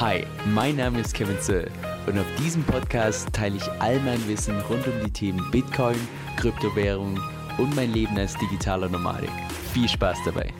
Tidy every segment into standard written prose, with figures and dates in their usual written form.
Hi, mein Name ist Kevin Zöll und auf diesem Podcast teile ich all mein Wissen rund um die Themen Bitcoin, Kryptowährung und mein Leben als digitaler Nomade. Viel Spaß dabei!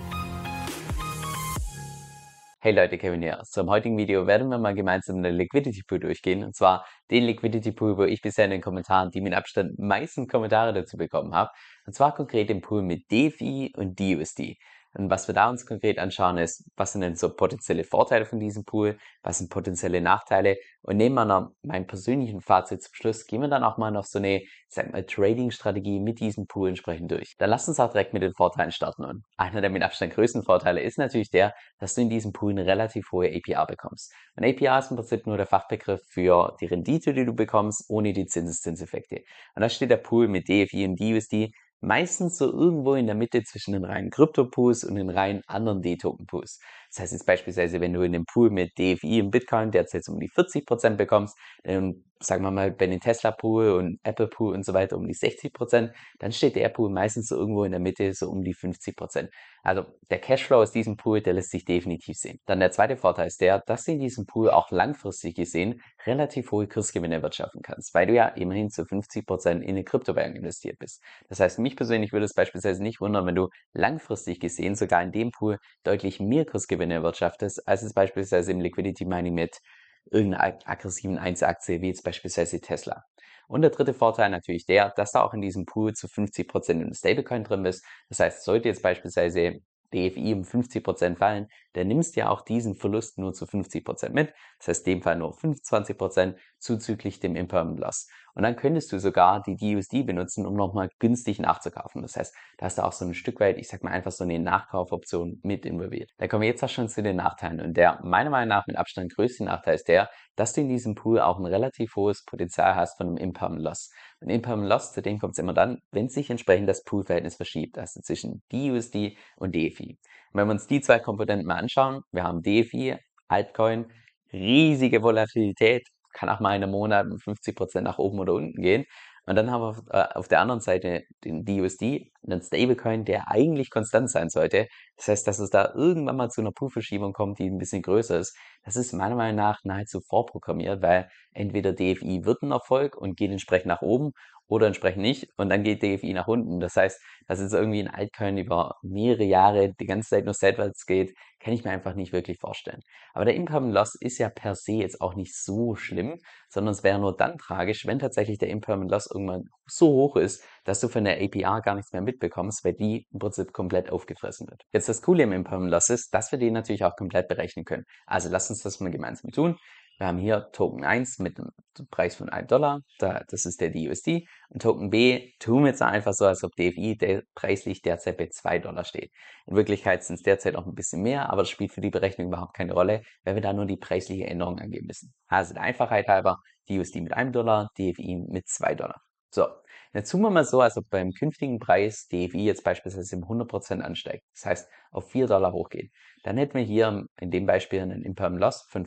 Hey Leute, Kevin hier. Im heutigen Video werden wir mal gemeinsam den Liquidity Pool durchgehen. Und zwar den Liquidity Pool, wo ich bisher in den Kommentaren die mit Abstand meisten Kommentare dazu bekommen habe. Und zwar konkret den Pool mit DeFi und DUSD. Und was wir da uns konkret anschauen ist, was sind denn so potenzielle Vorteile von diesem Pool, was sind potenzielle Nachteile. Und neben meinem persönlichen Fazit zum Schluss gehen wir dann auch mal noch so eine, Trading-Strategie mit diesem Pool entsprechend durch. Dann lasst uns auch direkt mit den Vorteilen starten. Und einer der mit Abstand größten Vorteile ist natürlich der, dass du in diesem Pool eine relativ hohe APR bekommst. Und APR ist im Prinzip nur der Fachbegriff für die Rendite, die du bekommst, ohne die Zinseszinseffekte. Und da steht der Pool mit DFI und DUSD meistens so irgendwo in der Mitte zwischen den reinen Krypto-Pools und den reinen anderen D-Token-Pools. Das heißt jetzt beispielsweise, wenn du in dem Pool mit DFI und Bitcoin derzeit um die 40% bekommst, sagen wir mal bei den Tesla-Pool und Apple-Pool und so weiter um die 60%, dann steht der Pool meistens so irgendwo in der Mitte so um die 50%. Also der Cashflow aus diesem Pool, der lässt sich definitiv sehen. Dann der zweite Vorteil ist der, dass du in diesem Pool auch langfristig gesehen relativ hohe Kursgewinne erwirtschaften kannst, weil du ja immerhin zu 50% in eine Kryptowährung investiert bist. Das heißt, mich persönlich würde es beispielsweise nicht wundern, wenn du langfristig gesehen sogar in dem Pool deutlich mehr Kursgewinne erwirtschaftest, als es beispielsweise im Liquidity Mining mit irgendeiner aggressiven Einzelaktie wie jetzt beispielsweise Tesla. Und der dritte Vorteil natürlich der, dass da auch in diesem Pool zu 50% in Stablecoin drin bist. Das heißt, sollte jetzt beispielsweise DFI um 50% fallen, dann nimmst du ja auch diesen Verlust nur zu 50% mit. Das heißt, in dem Fall nur 25% zuzüglich dem Impermanent Loss. Und dann könntest du sogar die DUSD benutzen, um nochmal günstig nachzukaufen. Das heißt, da hast du auch so ein Stück weit, einfach so eine Nachkaufoption mit involviert. Da kommen wir jetzt auch schon zu den Nachteilen. Und der meiner Meinung nach mit Abstand größte Nachteil ist der, dass du in diesem Pool auch ein relativ hohes Potenzial hast von einem Impermanent Loss. Ein Impermanent Loss, zu dem kommt es immer dann, wenn sich entsprechend das Poolverhältnis verschiebt, also zwischen DUSD und DeFi. Und wenn wir uns die zwei Komponenten mal anschauen, wir haben DeFi, Altcoin, riesige Volatilität, kann auch mal in einem Monat mit 50% nach oben oder unten gehen. Und dann haben wir auf der anderen Seite den DUSD, einen Stablecoin, der eigentlich konstant sein sollte. Das heißt, dass es da irgendwann mal zu einer Poolverschiebung kommt, die ein bisschen größer ist. Das ist meiner Meinung nach nahezu vorprogrammiert, weil entweder DFI wird ein Erfolg und geht entsprechend nach oben oder entsprechend nicht und dann geht DFI nach unten. Das heißt, dass jetzt irgendwie ein Altcoin über mehrere Jahre die ganze Zeit nur seitwärts geht, kann ich mir einfach nicht wirklich vorstellen. Aber der Impermanent Loss ist ja per se jetzt auch nicht so schlimm, sondern es wäre nur dann tragisch, wenn tatsächlich der Impermanent Loss irgendwann so hoch ist, dass du von der APR gar nichts mehr mitbekommst, weil die im Prinzip komplett aufgefressen wird. Jetzt das Coole im Impermanent Loss ist, dass wir den natürlich auch komplett berechnen können. Also lasst uns das mal gemeinsam tun. Wir haben hier Token 1 mit einem Preis von $1, das ist der DUSD. Und Token B tun wir jetzt einfach so, als ob DFI preislich derzeit bei $2 steht. In Wirklichkeit sind es derzeit auch ein bisschen mehr, aber das spielt für die Berechnung überhaupt keine Rolle, weil wir da nur die preisliche Änderung angeben müssen. Also der Einfachheit halber, DUSD mit $1, DFI mit $2. So, jetzt tun wir mal so, als ob beim künftigen Preis DFI jetzt beispielsweise um 100% ansteigt. Das heißt, auf $4 hochgeht. Dann hätten wir hier in dem Beispiel einen Impermanent Loss von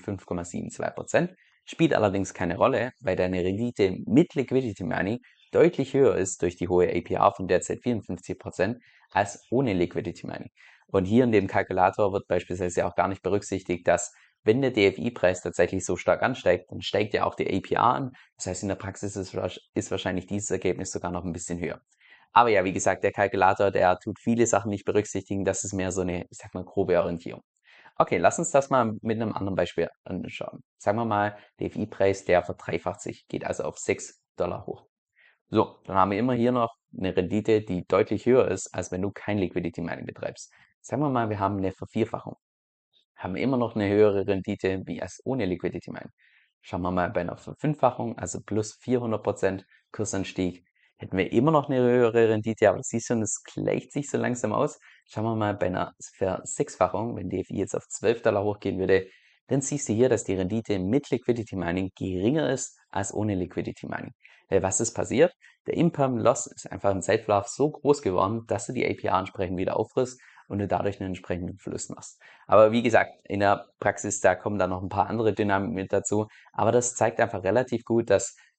5,72%. Spielt allerdings keine Rolle, weil deine Rendite mit Liquidity Mining deutlich höher ist durch die hohe APR von derzeit 54% als ohne Liquidity Mining. Und hier in dem Kalkulator wird beispielsweise auch gar nicht berücksichtigt, dass wenn der DFI-Preis tatsächlich so stark ansteigt, dann steigt ja auch die APR an. Das heißt, in der Praxis ist wahrscheinlich dieses Ergebnis sogar noch ein bisschen höher. Aber ja, wie gesagt, der Kalkulator, der tut viele Sachen nicht berücksichtigen. Das ist mehr so eine, grobe Orientierung. Okay, lass uns das mal mit einem anderen Beispiel anschauen. Sagen wir mal, DFI-Preis, der verdreifacht sich, geht also auf $6 hoch. So, dann haben wir immer hier noch eine Rendite, die deutlich höher ist, als wenn du kein Liquidity Mining betreibst. Sagen wir mal, wir haben eine Vervierfachung. Haben wir immer noch eine höhere Rendite wie als ohne Liquidity Mining. Schauen wir mal bei einer Verfünffachung, also plus 400% Kursanstieg, hätten wir immer noch eine höhere Rendite, aber das siehst du, das gleicht sich so langsam aus. Schauen wir mal bei einer Versechsfachung, wenn DFI jetzt auf $12 hochgehen würde, dann siehst du hier, dass die Rendite mit Liquidity Mining geringer ist als ohne Liquidity Mining. Was ist passiert? Der Impermanent Loss ist einfach im Zeitverlauf so groß geworden, dass du die APR entsprechend wieder auffrisst und du dadurch einen entsprechenden Verlust machst. Aber wie gesagt, in der Praxis, da kommen dann noch ein paar andere Dynamiken mit dazu. Aber das zeigt einfach relativ gut, dass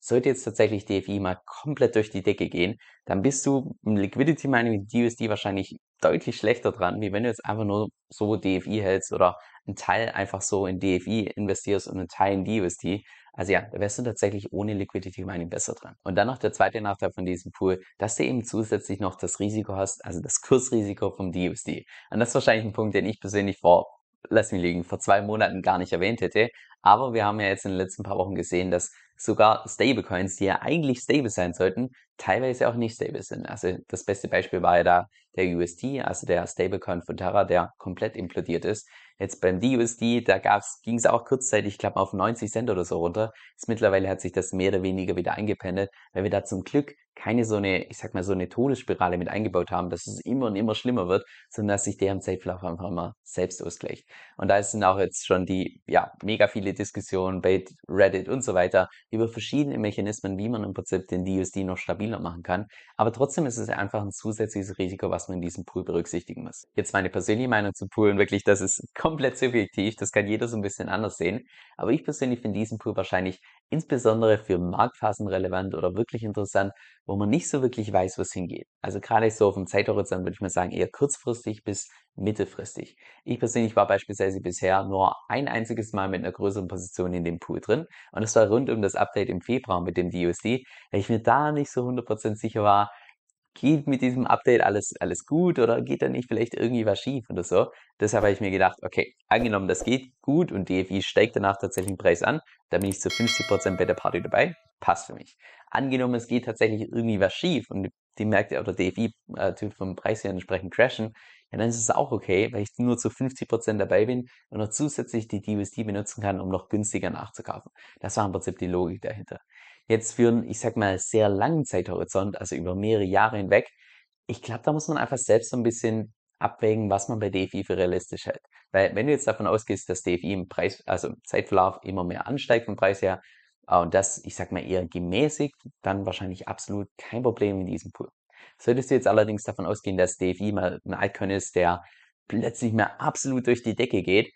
Sollte jetzt tatsächlich DFI mal komplett durch die Decke gehen, dann bist du im Liquidity Mining mit USD wahrscheinlich deutlich schlechter dran, wie wenn du jetzt einfach nur so DFI hältst oder einen Teil einfach so in DFI investierst und einen Teil in USD. Also ja, da wärst du tatsächlich ohne Liquidity Mining besser dran. Und dann noch der zweite Nachteil von diesem Pool, dass du eben zusätzlich noch das Risiko hast, also das Kursrisiko vom DUSD. Und das ist wahrscheinlich ein Punkt, den ich persönlich lass mich liegen, vor 2 Monaten gar nicht erwähnt hätte. Aber wir haben ja jetzt in den letzten paar Wochen gesehen, dass sogar Stablecoins, die ja eigentlich stable sein sollten, teilweise auch nicht stable sind. Also das beste Beispiel war ja da der USD, also der Stablecoin von Terra, der komplett implodiert ist. Jetzt beim DUSD, da ging es auch kurzzeitig, ich glaube, auf 90 Cent oder so runter. Jetzt mittlerweile hat sich das mehr oder weniger wieder eingependelt, weil wir da zum Glück keine so eine, ich sag mal, so eine Todesspirale mit eingebaut haben, dass es immer und immer schlimmer wird, sondern dass sich der im Zeitverlauf einfach immer selbst ausgleicht. Und da sind auch jetzt schon die, ja, mega viele Diskussionen bei Reddit und so weiter über verschiedene Mechanismen, wie man im Prinzip den DUSD noch stabiler machen kann. Aber trotzdem ist es einfach ein zusätzliches Risiko, was man in diesem Pool berücksichtigen muss. Jetzt meine persönliche Meinung zu Poolen, wirklich, das ist komplett subjektiv, das kann jeder so ein bisschen anders sehen. Aber ich persönlich finde diesen Pool wahrscheinlich insbesondere für Marktphasen relevant oder wirklich interessant, wo man nicht so wirklich weiß, wo es hingeht. Also gerade so auf dem Zeithorizont würde ich mal sagen, eher kurzfristig bis mittelfristig. Ich persönlich war beispielsweise bisher nur ein einziges Mal mit einer größeren Position in dem Pool drin und das war rund um das Update im Februar mit dem DUSD, weil ich mir da nicht so 100% sicher war, geht mit diesem Update alles gut oder geht da nicht vielleicht irgendwie was schief oder so. Deshalb habe ich mir gedacht, okay, angenommen, das geht gut und DFI steigt danach tatsächlich den Preis an, dann bin ich zu 50% bei der Party dabei, passt für mich. Angenommen, es geht tatsächlich irgendwie was schief und die Märkte oder DFI tut vom Preis her entsprechend crashen, ja, dann ist es auch okay, weil ich nur zu 50% dabei bin und noch zusätzlich die DUSD benutzen kann, um noch günstiger nachzukaufen. Das war im Prinzip die Logik dahinter. Jetzt für einen, ich sag mal, sehr langen Zeithorizont, also über mehrere Jahre hinweg, ich glaube, da muss man einfach selbst so ein bisschen abwägen, was man bei DFI für realistisch hält. Weil wenn du jetzt davon ausgehst, dass DFI im Preis, also im Zeitverlauf immer mehr ansteigt vom Preis her, und das, ich sag mal, eher gemäßigt, dann wahrscheinlich absolut kein Problem in diesem Pool. Solltest du jetzt allerdings davon ausgehen, dass DFI mal ein Altcoin ist, der plötzlich mal absolut durch die Decke geht,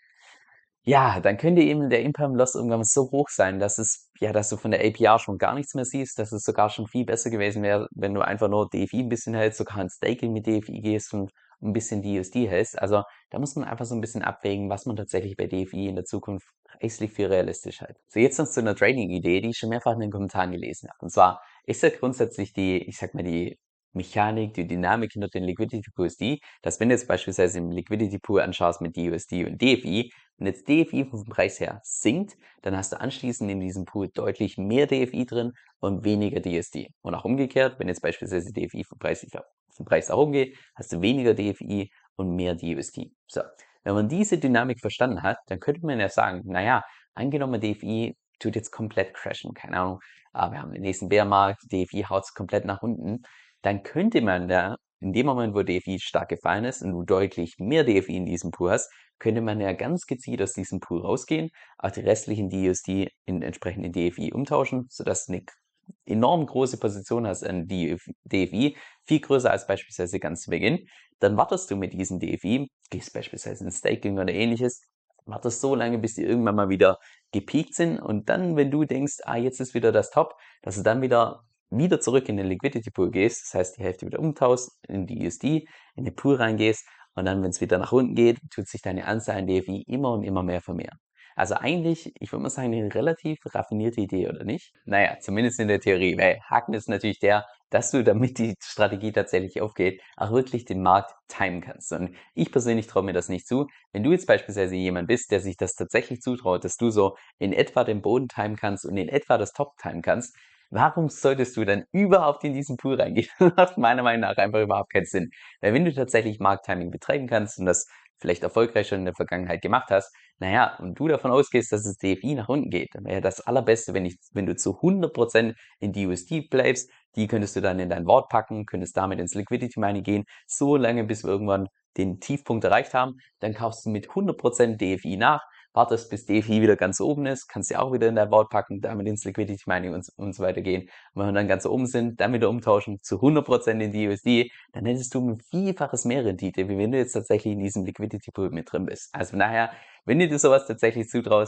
ja, dann könnte eben der Imperm Loss irgendwann so hoch sein, dass du von der APR schon gar nichts mehr siehst, dass es sogar schon viel besser gewesen wäre, wenn du einfach nur DFI ein bisschen hältst, sogar ein Staking mit DFI gehst und ein bisschen DUSD hältst. Also da muss man einfach so ein bisschen abwägen, was man tatsächlich bei DFI in der Zukunft preislich für realistisch hält. So, jetzt noch zu einer Trading-Idee, die ich schon mehrfach in den Kommentaren gelesen habe. Und zwar ist ja grundsätzlich ich sag mal, die Mechanik, die Dynamik hinter den Liquidity Pools die, dass wenn du jetzt beispielsweise im Liquidity Pool anschaust mit DUSD und DFI, wenn jetzt DFI vom Preis her sinkt, dann hast du anschließend in diesem Pool deutlich mehr DFI drin und weniger DUSD. Und auch umgekehrt, wenn jetzt beispielsweise DFI vom Preis nach oben geht, hast du weniger DFI und mehr DUSD. So, wenn man diese Dynamik verstanden hat, dann könnte man ja sagen, naja, angenommen DFI tut jetzt komplett crashen, keine Ahnung, wir haben den nächsten Bärmarkt, DFI haut komplett nach unten, dann könnte man da in dem Moment, wo DFI stark gefallen ist und du deutlich mehr DFI in diesem Pool hast, könnte man ja ganz gezielt aus diesem Pool rausgehen, auch die restlichen DUSD in entsprechenden DFI umtauschen, sodass du eine enorm große Position hast an DFI, viel größer als beispielsweise ganz zu Beginn. Dann wartest du mit diesen DFI, gehst beispielsweise in Staking oder ähnliches, wartest so lange, bis die irgendwann mal wieder gepiekt sind und dann, wenn du denkst, jetzt ist wieder das Top, dass du dann wieder zurück in den Liquidity Pool gehst, das heißt die Hälfte wieder umtauschst, in die USD, in den Pool reingehst und dann, wenn es wieder nach unten geht, tut sich deine Anzahl an DFI immer und immer mehr vermehren. Also eigentlich, ich würde mal sagen, eine relativ raffinierte Idee, oder nicht? Naja, zumindest in der Theorie, weil Haken ist natürlich der, dass du, damit die Strategie tatsächlich aufgeht, auch wirklich den Markt timen kannst. Und ich persönlich traue mir das nicht zu. Wenn du jetzt beispielsweise jemand bist, der sich das tatsächlich zutraut, dass du so in etwa den Boden timen kannst und in etwa das Top timen kannst, warum solltest du dann überhaupt in diesen Pool reingehen? Das macht meiner Meinung nach einfach überhaupt keinen Sinn. Weil wenn du tatsächlich Markttiming betreiben kannst und das vielleicht erfolgreich schon in der Vergangenheit gemacht hast, naja, und du davon ausgehst, dass das DFI nach unten geht, dann wäre das Allerbeste, wenn du zu 100% in die USD bleibst, die könntest du dann in dein Wort packen, könntest damit ins Liquidity Mining gehen, so lange, bis wir irgendwann den Tiefpunkt erreicht haben, dann kaufst du mit 100% DFI nach, wartest, bis DFI wieder ganz oben ist, kannst du auch wieder in dein Wort packen, damit ins Liquidity Mining und so weiter gehen. Und wenn wir dann ganz oben sind, dann wieder umtauschen zu 100% in die USD, dann hättest du ein Vielfaches mehr Rendite, wie wenn du jetzt tatsächlich in diesem Liquidity Pool mit drin bist. Also von daher, wenn du dir sowas tatsächlich zutraust,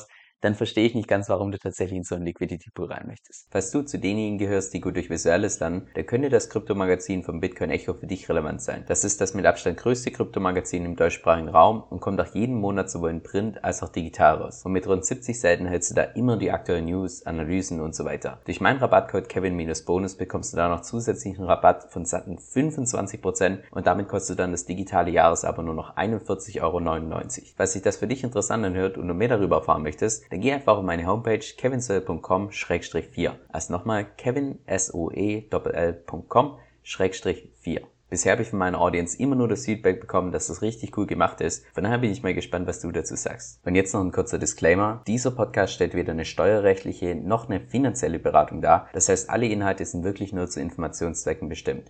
dann verstehe ich nicht ganz, warum du tatsächlich in so einen Liquidity Pool rein möchtest. Falls du zu denjenigen gehörst, die gut durch Visuelles lernen, dann könnte das Kryptomagazin vom Bitcoin Echo für dich relevant sein. Das ist das mit Abstand größte Kryptomagazin im deutschsprachigen Raum und kommt auch jeden Monat sowohl in Print als auch digital raus. Und mit rund 70 Seiten hältst du da immer die aktuellen News, Analysen und so weiter. Durch meinen Rabattcode Kevin-Bonus bekommst du da noch zusätzlichen Rabatt von satten 25% und damit kostet dann das digitale Jahresabo nur noch 41,99 €. Falls sich das für dich interessant anhört und du mehr darüber erfahren möchtest, dann geh einfach auf meine Homepage kevinsoe.com/4. Also nochmal kevinsoe.com/4. Bisher habe ich von meiner Audience immer nur das Feedback bekommen, dass das richtig cool gemacht ist. Von daher bin ich mal gespannt, was du dazu sagst. Und jetzt noch ein kurzer Disclaimer. Dieser Podcast stellt weder eine steuerrechtliche noch eine finanzielle Beratung dar. Das heißt, alle Inhalte sind wirklich nur zu Informationszwecken bestimmt.